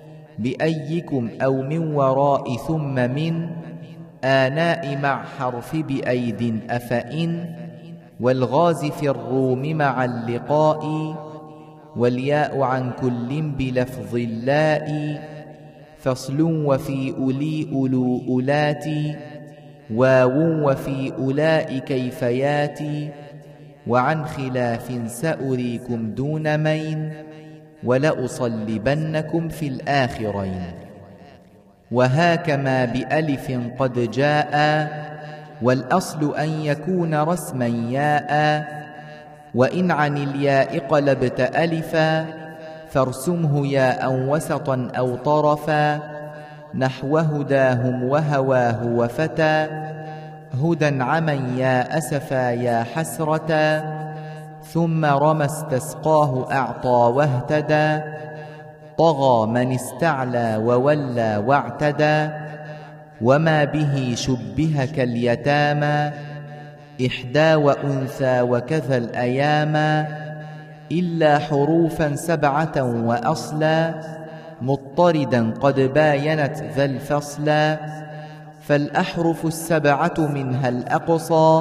بأيكم أو من وراء ثم من آناء مع حرف بأيد أفإن، والغاز في الروم مع اللقاء، والياء عن كل بلفظ اللاء، فصل وفي أولي أولو أولات، واو وفي أولاء كيف ياتي، وعن خلاف سأريكم دون مين، ولأصلبنكم في الآخرين. وهاكما بألف قد جاء، والأصل أن يكون رسما ياء، وإن عن الياء قلبت ألفا فارسمه ياء وسطا أو طرفا، نحو هداهم وهواه وفتى، هدى عمن يا أسفا يا حسرة، ثم رمى استسقاه أعطى واهتدى، طغى من استعلى وولى واعتدى، وما به شبه كاليتامى، إحدى وأنثى وكذا الأياما، إلا حروفا 7 وأصلا، مضطردا قد باينت ذا الفصلا، فالأحرف 7 منها الأقصى،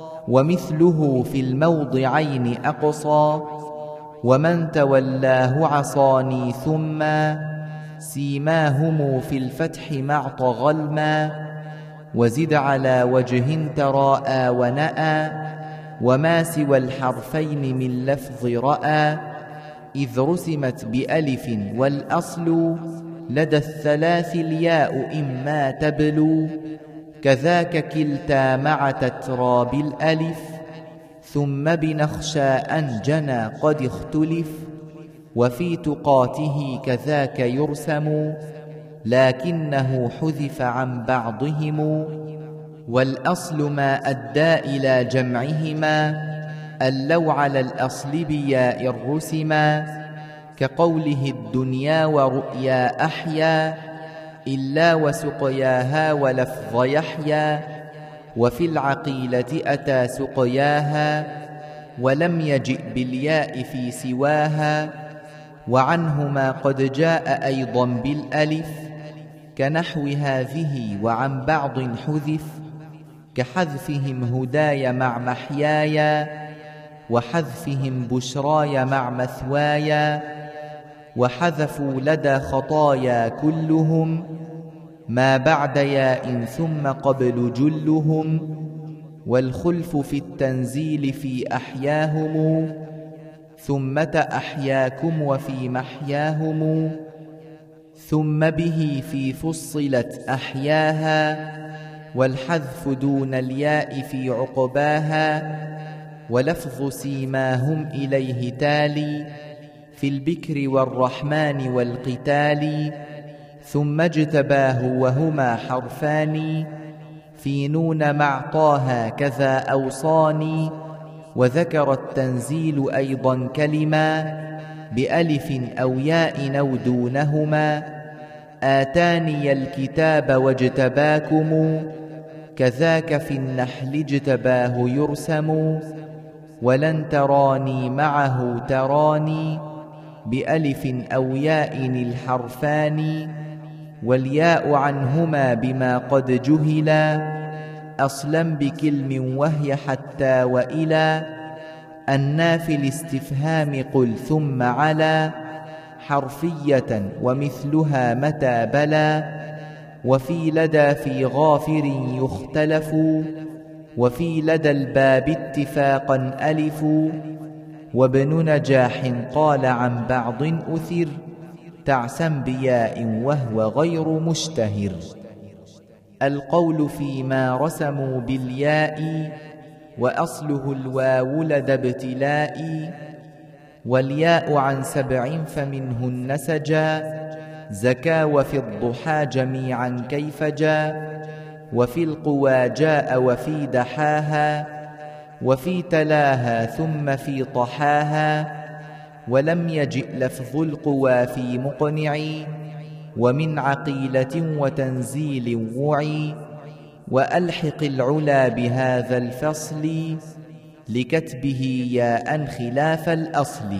ومثله في الموضعين أقصى، ومن تولاه عصاني ثم سيماهم في الفتح مع طغلما، وزد على وجه تراءى ونأى، وما سوى الحرفين من لفظ رأى، إذ رسمت بألف، والأصل لدى الثلاث الياء إما تبلو، كذاك كلتا مع تترى بالألف، ثم بنخشى أن جنى قد اختلف، وفي تقاته كذاك يرسم، لكنه حذف عن بعضهم، والأصل ما أدى إلى جمعهما أن لو على الأصل بياء الرسما، كقوله الدنيا ورؤيا أحيا إلا وسقياها ولفظ يحيى، وفي العقيلة أتى سقياها ولم يجئ بالياء في سواها، وعنهما قد جاء أيضا بالألف كنحو هذه وعن بعض حذف، كحذفهم هداي مع محياي وحذفهم بشراي مع مثواي، وحذفوا لدى خطايا كلهم ما بعد ياء ثم قبل جلهم، والخلف في التنزيل في أحياهم ثمة أحياكم وفي محياهم، ثم به في فصلت أحياها، والحذف دون الياء في عقباها، ولفظ سيماهم إليه تالي في البكر والرحمن والقتال، ثم اجتباه وهما حرفان في نون مع طه كذا أوصاني، وذكر التنزيل أيضا كلمة بألف أو ياء أو دونهما، آتاني الكتاب واجتباكم كذاك في النحل اجتباه يرسم، ولن تراني معه تراني بألف أو ياء الحرفان، والياء عنهما بما قد جهلا أصلا بكلم وهي حتى وإلى، النافي الاستفهام قل ثم على حرفية ومثلها متى بلا، وفي لدى في غافر يختلف، وفي لدى الباب اتفاقا ألف، وابن نجاح قال عن بعض أثر تعسا بياء وهو غير مشتهر. القول فيما رسموا بالياء وأصله الواو لدى ابتلاء، والياء عن 7 فمنهن سجا زكا، وفي الضحى جميعا كيف جاء، وفي القوى جاء وفي دحاها، وفي تلاها ثم في طحاها، ولم يجئ لفظ القوى في مقنع، ومن عقيلة وتنزيل وعي، وألحق العلا بهذا الفصل لكتبه ياء خلاف الأصل،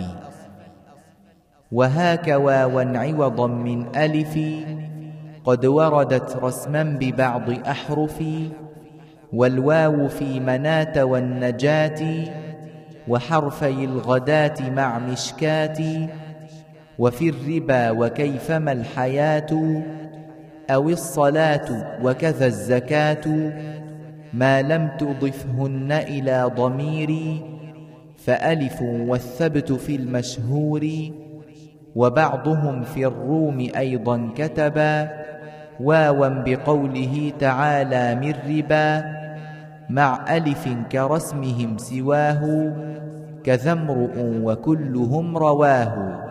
وهاك واوا عوضا من ألف قد وردت رسما ببعض أحرف، والواو في مناة والنجاة وحرفي الغداة مع مشكات، وفي الربا وكيفما الحياة أو الصلاة وكذا الزكاة، ما لم تضفهن إلى ضمير فألف والثبت في المشهور، وبعضهم في الروم أيضا كتبا واوا بقوله تعالى من ربا مع ألف كرسمهم سواه كذا امرؤ وكلهم رواه.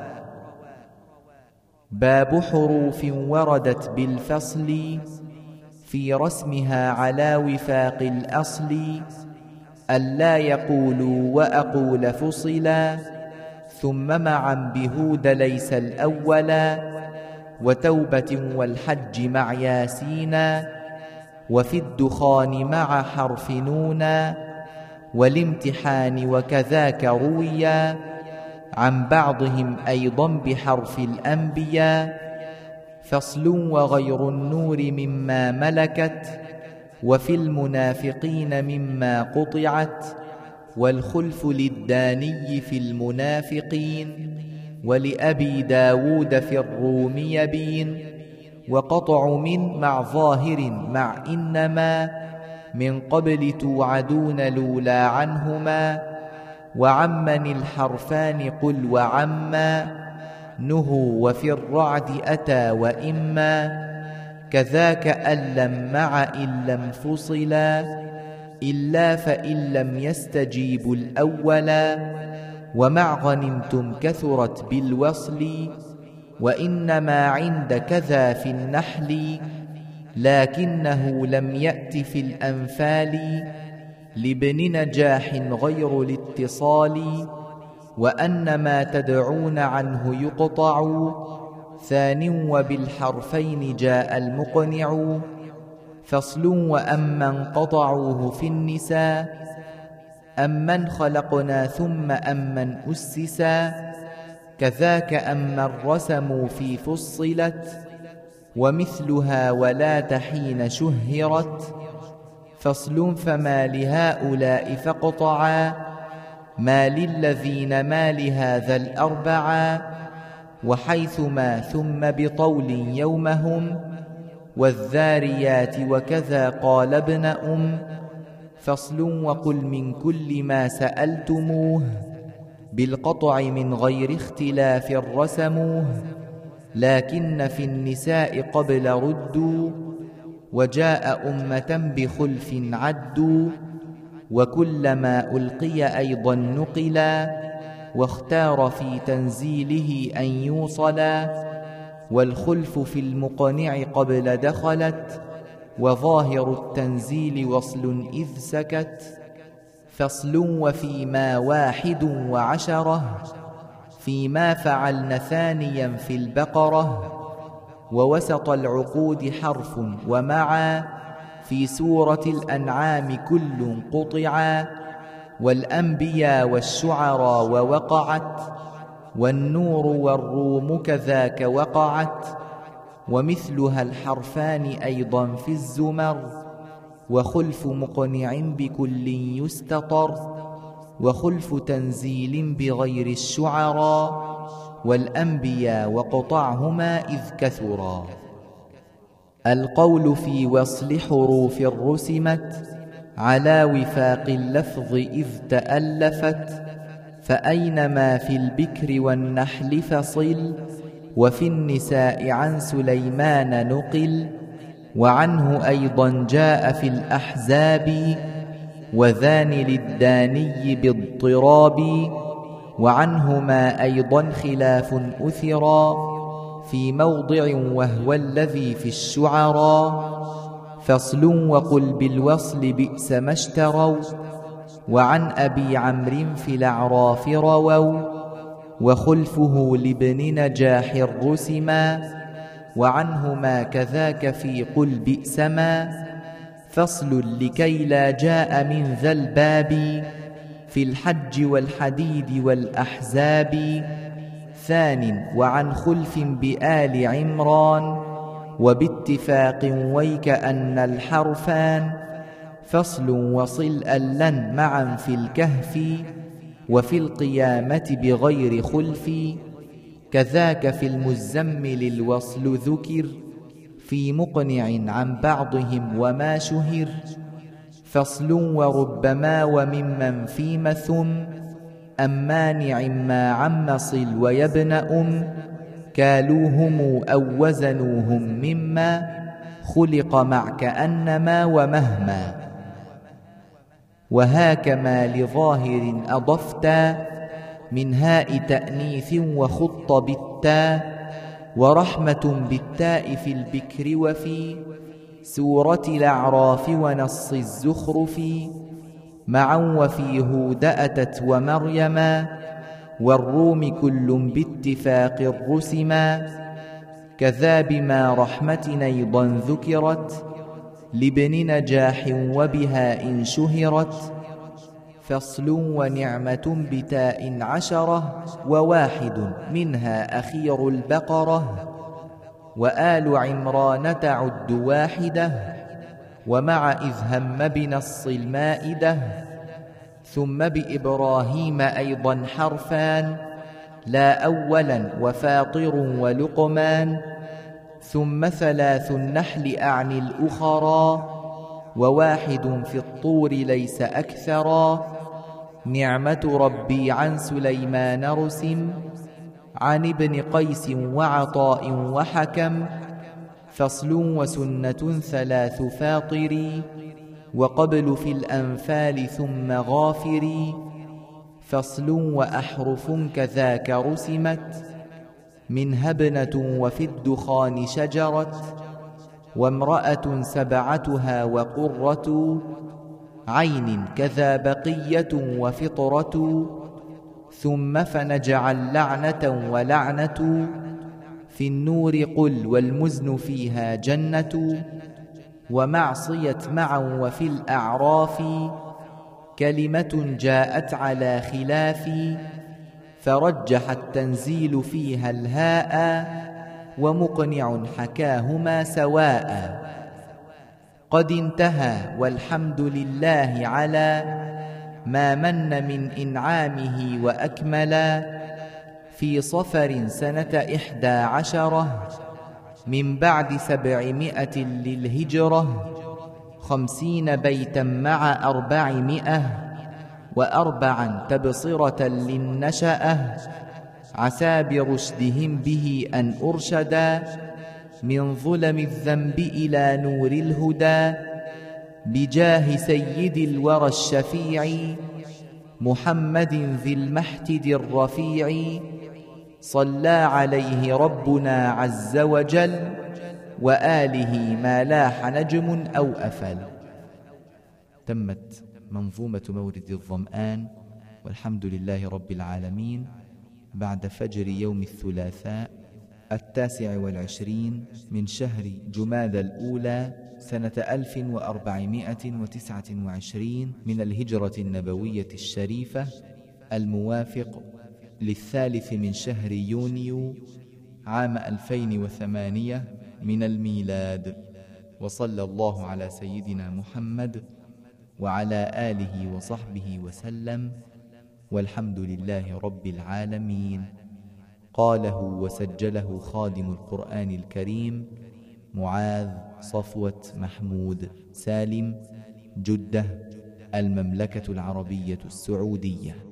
باب حروف وردت بالفصل في رسمها على وفاق الأصل، ألا يقولوا وأقول فصلا ثم معا بهود ليس الأولا، وتوبة والحج مع ياسينا، وفي الدخان مع حرف نونا، والامتحان وكذاك رويا عن بعضهم أيضا بحرف الأنبياء، فصل وغير النور مما ملكت، وفي المنافقين مما قطعت، والخلف للداني في المنافقين، ولأبي داود في الروم يبين، وقطع من مع ظاهر مع إنما من قبل توعدون لولا عنهما، وعمن الحرفان قل وعما نهوا، وفي الرعد أتى وإما كذاك أن لم مع إن لم فصلا، إلا فإن لم يستجيبوا الأولا، ومع غنمتم كثرت بالوصل، وإنما عند كذا في النحل لكنه لم يأت في الأنفال لابن نجاح غير الاتصال، وأن ما تدعون عنه يقطع ثان وبالحرفين جاء المقنع. فصل وأمن قطعوه في النساء أمن خلقنا ثم أمن أسسا، كذاك أمن رسموا في فصلت ومثلها ولا تحين شهرت. فصل فما لهؤلاء فاقطعا ما للذين ما لهذا الأربعا، وحيثما ثم بطول يومهم والذاريات وكذا قال ابن فصل وقل من كل ما سألتموه بالقطع من غير اختلاف رسموه، لكن في النساء قبل ردوا وجاء أمة بخلف عدوا، وكلما ألقي أيضا نقلا واختار في تنزيله أن يوصلا، والخلف في المقنع قبل دخلت وظاهر التنزيل وصل إذ سكت. فصل وفيما 1 و10 فيما فعلن ثانيا في البقرة، ووسط العقود حرف ومعا في سورة الأنعام كل قطعا، والأنبياء والشعراء ووقعت والنور والروم كذاك وقعت، ومثلها الحرفان أيضا في الزمر، وخلف مقنع بكل يستطر، وخلف تنزيل بغير الشعراء والأنبياء وقطعهما إذ كثرا. القول في وصل حروف رسمت على وفاق اللفظ إذ تألفت، فأينما في البكر والنحل فصل، وفي النساء عن سليمان نقل، وعنه أيضا جاء في الأحزاب، وذان للداني باضطراب، وعنهما أيضا خلاف أثرا في موضع وهو الذي في الشعراء. فصل وقل بالوصل بئس ما اشتروا، وعن أبي عمرو في الأعراف رووا، وخلفه لابن نجاح رسما، وعنهما كذاك في قل بئس ما. فصل لكي لا جاء من ذا الباب في الحج والحديد والأحزاب. ثان وعن خلف بآل عمران وباتفاق ويكأن الحرفان. فصل وصل ألن معا في الكهف وفي القيامة بغير خلف، كذاك في المزمل الوصل ذكر في مقنع عن بعضهم وما شهر. فصل وربما وممن فيما ثم مانع ما عم صل ويبن كالوهم أو وزنوهم مما خلق مع كأنما ومهما. وهاكما لظاهر أضفتا من هاء تأنيث وخط بالتاء، ورحمة بالتاء في البكر وفي سورة الأعراف ونص الزخرف، معا وفي هود أتت ومريما والروم كل باتفاق رسما، كذا بما رحمة أيضا ذكرت لابن نجاح وبها إن شهرت. فصل ونعمة بتاء 10 وواحد منها أخير البقرة، وآل عمران تعد واحدة ومع إذ هم بنص المائدة. ثم بإبراهيم أيضا حرفان لا أولا وفاطر ولقمان. ثم 3 النحل أعني الأخرى وواحد في الطور ليس أكثرا. نعمة ربي عن سليمان رسم عن ابن قيس وعطاء وحكم. فصل وسنة 3 فاطري وقبل في الأنفال ثم غافري. فصل وأحرف كذاك رسمت منها ابنة وفي الدخان شجرت. وامرأة سبعتها وقرة عين كذا بقية وفطرة ثم فنجعل لعنة ولعنة في النور قل والمزن فيها جنة ومعصية معا وفي الأعراف كلمة جاءت على خلاف فرجح التنزيل فيها الهاء ومقنع حكاهما سواء قد انتهى والحمد لله على ما من من إنعامه وأكملا في صفر سنة 11 من بعد 700 للهجرة 50 بيتا مع 404 تبصرة للنشأة عسى برشدهم به أن أرشدا من ظلم الذنب إلى نور الهدى بجاه سيد الورى الشفيع محمد ذي المحتد الرفيع صلى عليه ربنا عز وجل وآله ما لاح نجم أو أفل. تمت منظومة مورد الظمآن والحمد لله رب العالمين بعد فجر يوم الثلاثاء 29 من شهر جمادى الأولى سنة 1429 من الهجرة النبوية الشريفة الموافق 3 من شهر يونيو عام 2008 من الميلاد. وصلى الله على سيدنا محمد وعلى آله وصحبه وسلم والحمد لله رب العالمين. قاله وسجله خادم القرآن الكريم معاذ صفوة محمود سالم، جدة، المملكة العربية السعودية.